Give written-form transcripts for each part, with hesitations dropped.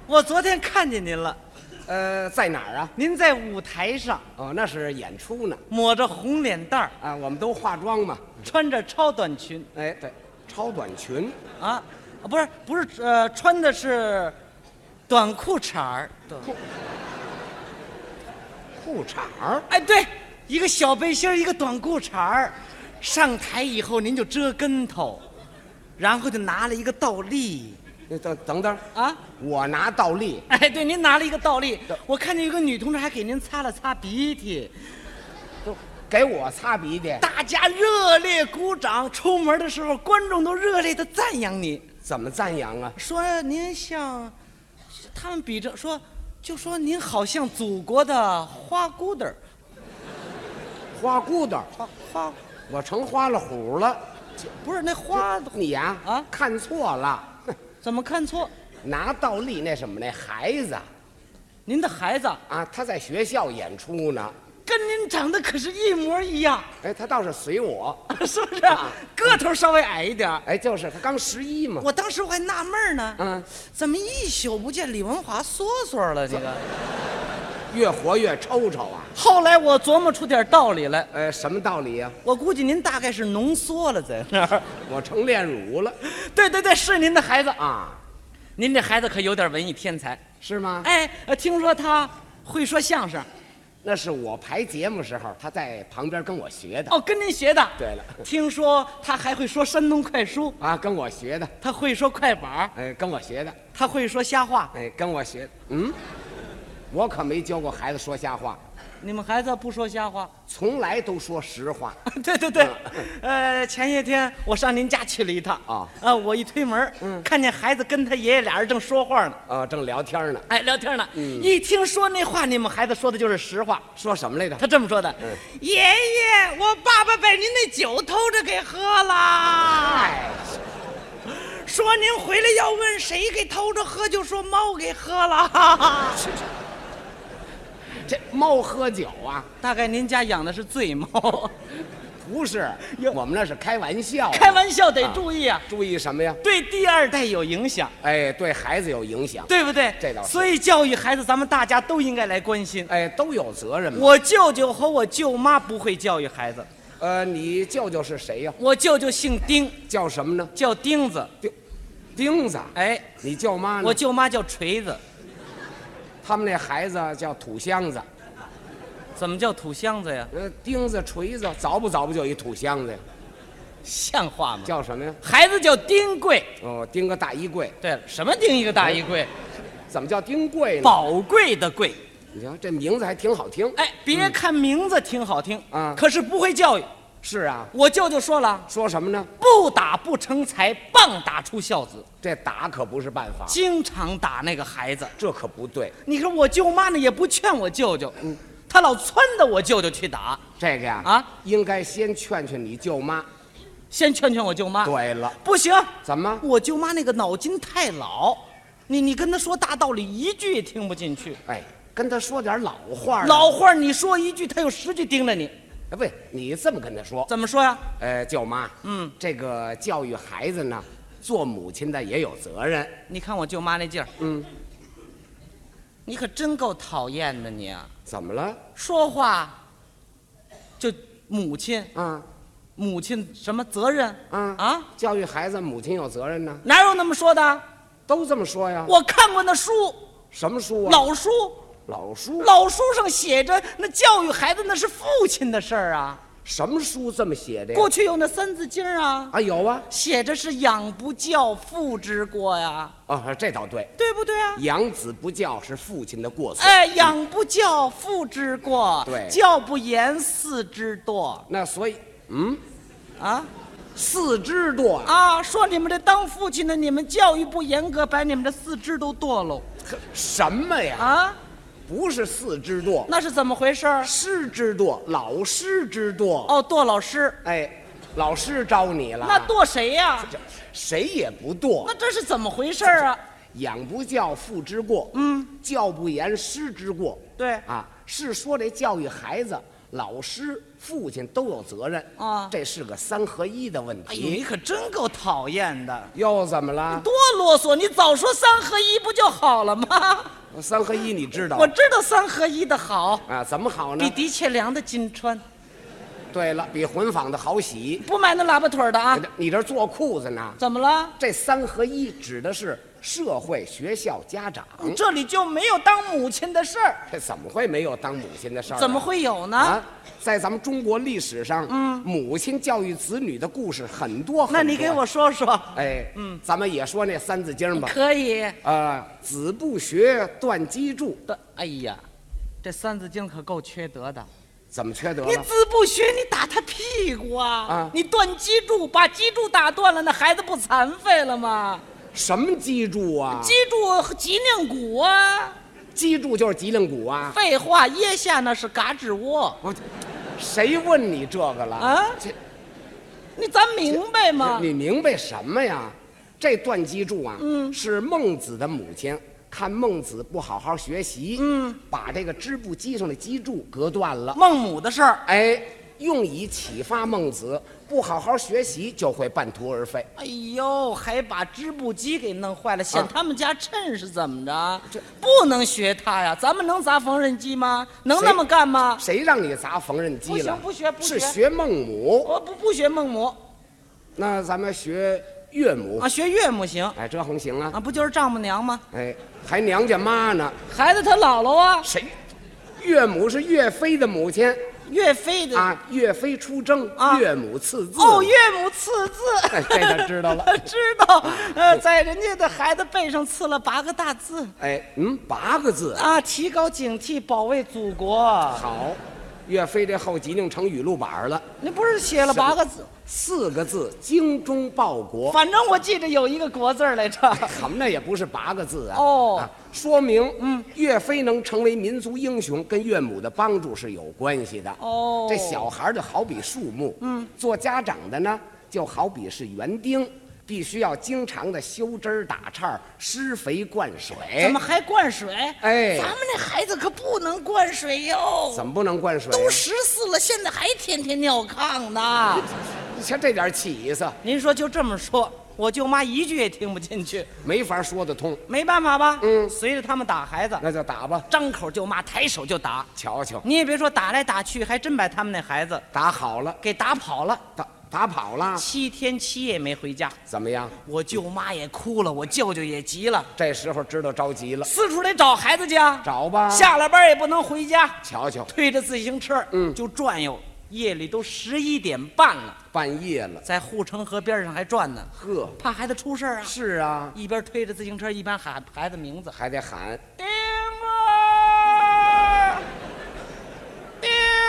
我昨天看见您了。 在哪儿啊？ 您在舞台上。 哦，那是演出呢。 抹着红脸蛋儿啊，我们都化妆嘛。 穿着超短裙。 哎，对，超短裙。 啊，不是，穿的是短裤衩儿。 裤衩儿。 哎，对，一个小背心，一个短裤衩儿。上台以后您就折跟头，然后就拿了一个倒立。 等等啊！ 我拿倒立。 哎，对，您拿了一个倒立。我看见有个女同志还给您擦了擦鼻涕， 都给我擦鼻涕。 大家热烈鼓掌。出门的时候，观众都热烈的赞扬你。 怎么赞扬啊？ 说您像，他们比着说，就说您好像祖国的花骨朵儿。 花骨朵儿。 花， 我成花了虎了。 不是那花。 你呀啊， 看错了。 怎么看错？ 拿倒立那什么那孩子， 您的孩子啊，他在学校演出呢， 跟您长得可是一模一样。 哎，他倒是随我， 是不是？个头稍微矮一点。 哎，就是他刚11嘛。 我当时我还纳闷呢，怎么一宿不见李文华缩缩了？这个越活越抽抽啊。 后来我琢磨出点道理来。 什么道理呀？ 我估计您大概是浓缩了在那儿。 我成炼乳了。 对，是您的孩子啊。 您这孩子可有点文艺天才， 是吗？ 哎，听说他会说相声。 那是我排节目时候，他在旁边跟我学的。 哦，跟您学的。 对了， 听说他还会说山东快书啊，跟我学的。 他会说快板， 哎，跟我学的。 他会说瞎话， 哎，跟我学的。我可没教过孩子说瞎话。 你们孩子不说瞎话， 从来都说实话。 对，前些天我上您家去了一趟啊，我一推门，看见孩子跟他爷爷俩人正说话呢， 正聊天呢。 哎，聊天呢。一听说那话，你们孩子说的就是实话。 说什么来着？ 他这么说的：爷爷，我爸爸把您那酒偷着给喝了。 哎， 说您回来要问谁给偷着喝，就说猫给喝了。 这猫喝酒啊？ 大概您家养的是醉猫。 不是，我们那是开玩笑。 开玩笑得注意啊！ 注意什么呀？ 对第二代有影响。 哎，对孩子有影响， 对不对？ 这倒是。 所以教育孩子，咱们大家都应该来关心。 哎，都有责任嘛。 我舅舅和我舅妈不会教育孩子。 你舅舅是谁呀？ 我舅舅姓丁。 叫什么呢？ 叫钉子。 钉子。 哎， 你舅妈呢？ 我舅妈叫锤子。 他们那孩子叫土箱子。 怎么叫土箱子呀？ 钉子、锤子，早不就一土箱子呀？ 像话吗？ 叫什么呀？ 孩子叫丁贵。 哦，钉个大衣柜。 对了，什么钉一个大衣柜？ 怎么叫丁贵呢？ 宝贵的贵。 你瞧这名字还挺好听。 哎，别看名字挺好听啊， 可是不会教育。 是啊， 我舅舅说了， 说什么呢？ 不打不成才，棒打出孝子。 这打可不是办法， 经常打那个孩子， 这可不对。 你说我舅妈呢，也不劝我舅舅，他老撺掇我舅舅去打。 这个呀，应该先劝劝你舅妈， 先劝劝我舅妈。 对了， 不行， 怎么？ 我舅妈那个脑筋太老，你跟她说大道理，一句也听不进去。 哎，跟她说点老话。 老话你说一句，她有10句盯着你。 哎，不，你这么跟她说。 怎么说呀？ 舅妈，这个教育孩子呢，做母亲的也有责任。 你看我舅妈那劲儿，你可真够讨厌的你啊！ 怎么了？ 说话就母亲母亲什么责任教育孩子，母亲有责任呢。 哪有那么说的？ 都这么说呀。 我看过那书。 什么书啊？ 老书。老书上写着，那教育孩子那是父亲的事儿啊。 什么书这么写的呀？ 过去有那三字经啊。 有啊， 写着是养不教，父之过呀。 这倒对， 对不对啊？ 养子不教是父亲的过错。 哎，养不教，父之过。 对， 教不严，嗣之惰。 那所以，嗣之惰啊！说你们这当父亲的，你们教育不严格，把你们的4肢都堕喽。 什么呀？不是4肢堕， 那是怎么回事？ 师之惰，老师之惰。 堕老师。 哎，老师招你了。 那堕谁呀？ 谁也不堕。 那这是怎么回事啊？ 养不教，父之过。教不严，师之过。 对是说这教育孩子， 老师、父亲都有责任啊这是个3合1的问哎呦，你题。 可真够讨厌的， 又怎么了？ 多啰嗦！你早说3合1不就好了吗？ 3合1你知道？ 我知道3合1的好， 啊，怎么好呢比？的确良的金穿， 对了，比混纺的好洗。 不买那喇叭腿的啊。 你这做裤子呢？ 怎么了？ 这3合1指的是社会、学校、家长。 这里就没有当母亲的事儿， 这怎么会没有当母亲的事儿啊？ 怎么会有呢？ 啊？在咱们中国历史上，母亲教育子女的故事很多很多。 那你给我说说。 哎，咱们也说那三字经吧。 可以。 子不学，断机杼。 哎呀，这三字经可够缺德的。 怎么缺德你了？ 子不学，你打他屁股啊！ 啊你断脊柱，把脊柱打断了，那孩子不残废了吗？ 什么机杼啊？ 脊柱脊梁骨啊！ 机杼就是脊梁骨啊！ 废话，腋下那是嘎吱窝。 谁问你这个了？ 啊你咱明白吗？ 你明白什么呀？这断机杼啊，是孟子的母亲看孟子不好好学习，把这个织布机上的机杼割断了。 孟母的事儿。 哎，用以启发孟子不好好学习就会半途而废。 哎呦，还把织布机给弄坏了，嫌他们家趁是怎么着？ 这不能学他呀！咱们能砸缝纫机吗？能那么干吗？ 谁让你砸缝纫机了？ 不学， 是学孟母。 我不学孟母那咱们学岳母啊，学岳母行哎，这横行啊！ 啊，不就是丈母娘吗？ 哎，还娘家妈呢？ 孩子他姥姥啊， 谁？岳母是岳飞的母亲岳飞的啊，岳飞出征， 啊岳母赐字。 哦，岳母赐字， 哎，这他知道了。 知道，在人家的孩子背上刺了8个大字哎，8个字。 啊，提高警惕，保卫祖国。 好，岳飞这后脊梁成语录板了。 你不是写了8个字？ 4个字，精忠报国。 反正我记着有一个国字来着。 我们那也不是8个字啊。 哦说明岳飞能成为民族英雄，跟岳母的帮助是有关系的。 哦这小孩就好比树木，做家长的呢就好比是园丁，必须要经常的修枝儿打杈儿、施肥灌水。 怎么还灌水？ 哎咱们那孩子可不能灌水哟。 怎么不能灌水？ 都14了，现在还天天尿炕呢。 你瞧这点起色， 您说就这么说，我舅妈一句也听不进去， 没法说得通。 没办法吧？随着他们打孩子， 那就打吧， 张口就骂，抬手就打。 瞧瞧， 你也别说打来打去，还真把他们那孩子打好了， 给打跑了， 打跑了， 7天7夜没回家。 怎么样？ 我舅妈也哭了，我舅舅也急了， 这时候知道着急了， 四处得找孩子去啊。 找吧。 下了班也不能回家， 瞧瞧， 推着自行车，就转悠，夜里都11点半了， 半夜了， 在护城河边上还转呢， 呵， 怕孩子出事儿啊。 是啊， 一边推着自行车，一边喊孩子名字， 还得喊丁儿，丁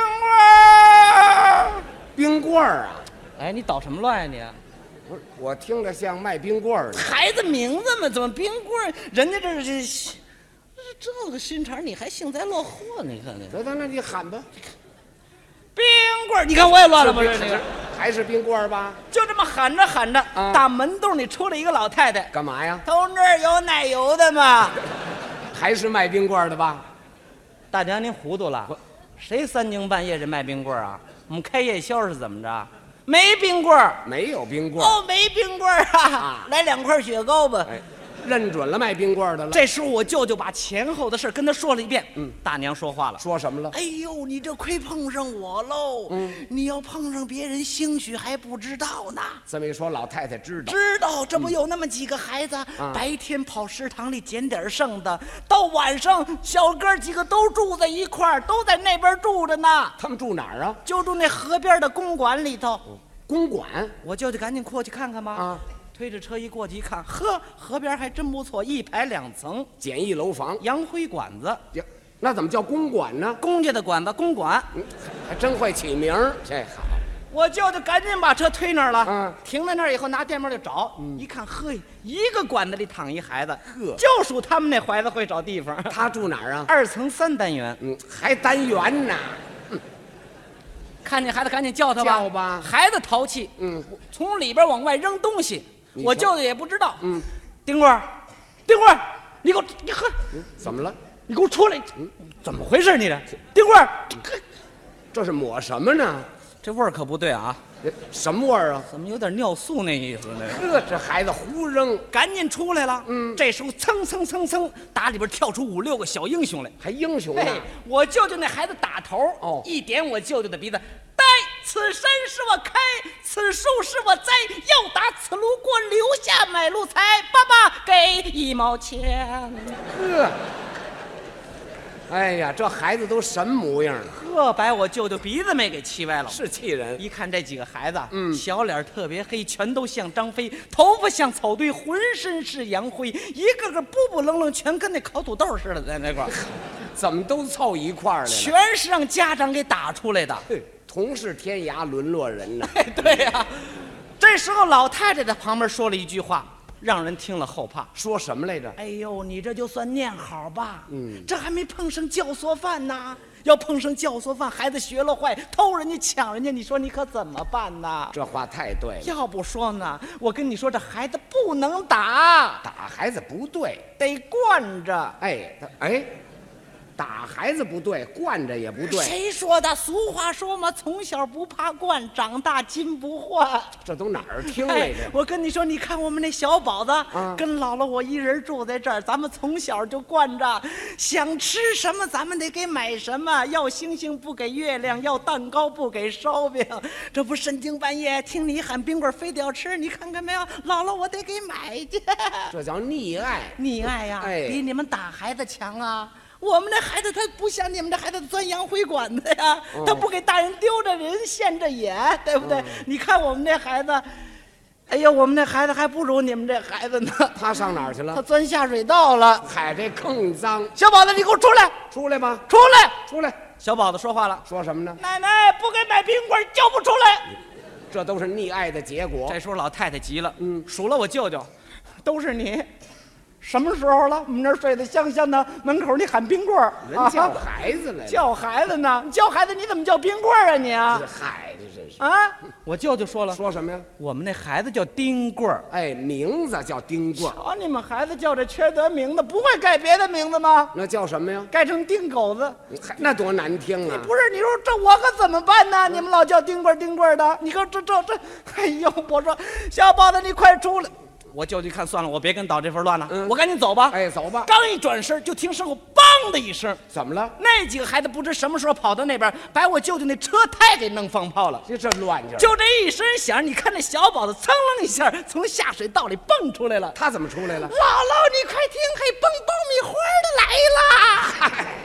儿。 冰棍儿啊！ 哎，你捣什么乱呀不是，我听着像卖冰棍儿你？ 的。 孩子名字嘛，怎么冰棍儿？人家这个心肠，你还幸灾乐祸？你看看， 得，那你喊吧。 冰棍儿，你看我也乱了吗？这个还是冰棍儿吧？ 就这么喊着喊着， 啊大门洞里出来一个老太太， 干嘛呀？ 同志有奶油的吗？ 还是卖冰棍儿的吧？ 大娘您糊涂了，谁3更半夜这卖冰棍儿啊？我们开夜宵是怎么着？没冰棍儿没有冰棍儿。 哦，没冰棍儿啊啊！ 来2块雪糕吧。 哎，认准了卖冰棍儿的了。 这时候我舅舅把前后的事跟他说了一遍。大娘说话了。 说什么了？ 哎呦，你这亏碰上我喽！你要碰上别人，兴许还不知道呢。 这么一说，老太太知道。 知道，这不有那么几个孩子，白天跑食堂里捡点剩的，到晚上小哥几个都住在一块儿，都在那边住着呢， 他们住哪儿啊？ 就住那河边的公馆里头。 公馆。 我舅舅赶紧过去看看吧。 啊， 推着车一过去一看，呵，河边还真不错，1排2层， 简易楼房。 洋灰馆子， 呀，那怎么叫公馆呢？ 公家的馆子，公馆。 还真会起名儿。这好。 我舅舅赶紧把车推那儿了， 嗯停在那儿以后拿电门就找，一看，呵，一个馆子里躺一孩子， 呵就属他们那孩子会找地方。 他住哪儿啊？ 2层3单元， 还单元呢。 看见孩子赶紧叫他吧， 叫吧孩子淘气，从里边往外扔东西，我舅舅也不知道，丁贵儿，丁贵儿，你给我，你呵， 怎么了？ 你给我出来，怎么回事你这，丁贵儿， 这是抹什么呢？ 这味儿可不对啊， 什么味儿啊？ 怎么有点尿素那意思呢？ 这孩子胡扔， 赶紧出来了。这时候蹭蹭蹭蹭，打里边跳出5、6个小英雄来。 还英雄呢？ 我舅舅那孩子打头，一点我舅舅的鼻子，呆！此山是我开，此树是我栽，要打此路过，留下买路财。爸爸给1毛钱。 哎呀，这孩子都什么模样了？ 呵，把我舅舅鼻子没给气歪了。 是气人。 一看这几个孩子，小脸特别黑，全都像张飞，头发像草堆，浑身是洋灰，一个个布布愣愣，全跟那烤土豆似的，在那块儿。 怎么都凑一块儿来了？ 全是让家长给打出来的。 同是天涯沦落人呐。 对呀，这时候老太太在旁边说了一句话，让人听了后怕。 说什么来着？ 哎呦，你这就算念好吧，这还没碰上教唆犯呢。要碰上教唆犯，孩子学了坏，偷人家抢人家，你说你可怎么办呢？ 这话太对了。 要不说呢，我跟你说，这孩子不能打， 打孩子不对， 得惯着。 打孩子不对，惯着也不对。 谁说的？俗话说嘛，从小不怕惯，长大金不换。 这都哪儿听来着？ 我跟你说，你看我们那小宝子，跟姥姥我一人住在这儿，咱们从小就惯着，想吃什么咱们得给买什么，要星星不给月亮，要蛋糕不给烧饼。这不深更半夜听你喊冰棍非得要吃，你看看没有？姥姥我得给买去。 这叫溺爱。 溺爱呀，比你们打孩子强啊。我们这孩子他不像你们这孩子钻洋灰管子呀，他不给大人丢着人现着眼，对不对？你看我们这孩子，哎呀，我们这孩子还不如你们这孩子呢。 他上哪儿去了？ 他钻下水道了。 嗨，这更脏。 小宝子，你给我出来！ 出来吧！ 出来！ 出来！ 小宝子说话了， 说什么呢？ 奶奶不给买冰棍，叫不出来。 这都是溺爱的结果。 这时候老太太急了，数了我舅舅，都是你。什么时候了？我们这儿睡得香香的，门口你喊冰棍儿， 人叫孩子来了。 叫孩子呢？叫孩子你怎么叫冰棍儿啊你啊？ 嗨，这真是啊！我舅舅说了， 说什么呀？ 我们那孩子叫丁棍儿， 名字叫丁棍儿。 瞧你们孩子叫这缺德名字，不会改别的名字吗？ 那叫什么呀？ 改成丁狗子， 那多难听啊！ 不是，你说这我可怎么办呢？你们老叫丁棍儿丁棍儿的，你看这，哎呦！我说小宝子，你快出来！我舅舅看算了，我别跟捣这份乱了，我赶紧走吧。 走吧。 刚一转身，就听身后梆的一声， 怎么了？ 那几个孩子不知什么时候跑到那边，把我舅舅那车胎给弄放炮了。 这乱劲儿！ 就这一声响，你看那小宝子噌楞一下从下水道里蹦出来了。 他怎么出来了？ 姥姥，你快听，嘿，蹦爆米花的来了！